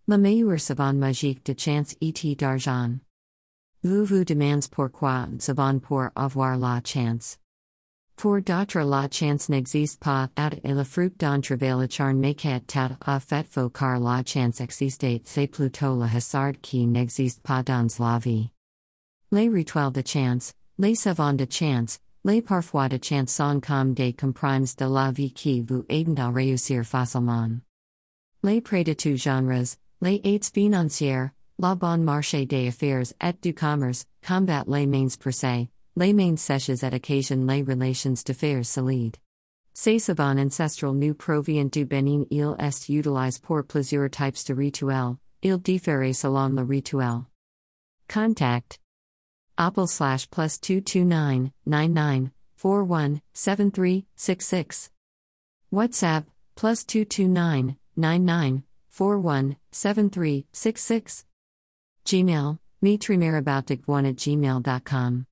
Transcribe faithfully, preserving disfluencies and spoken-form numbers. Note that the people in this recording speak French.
La meilleure savon magique de chance et d'argent. Vous vous demandez pourquoi un savon pour avoir la chance. Pour d'autres la chance n'existe pas, out et le fruit d'un travail acharné mais tout à fait faux car la chance existe, c'est plutôt le hasard qui n'existe pas dans la vie. Les rituels de chance, les savons de chance, les parfois de chance sont comme des comprimes de la vie qui vous aident à réussir facilement. Les prêts de tous genres, les aides financières, la bonne marché des affaires et du commerce, combat les mains pressées, les mains sèches et occasion les relations d'affaires solides. Ces savons ancestrales nous provient du Bénin, il est utilisé pour plusieurs types de rituels, il diffère selon le rituel. Contact Apple slash plus two two nine, nine nine, four one, seven three, six six. WhatsApp, plus two two nine, nine nine, four one, seven three, six six. Gmail, mitrimeraboutdigone at gmail dot com.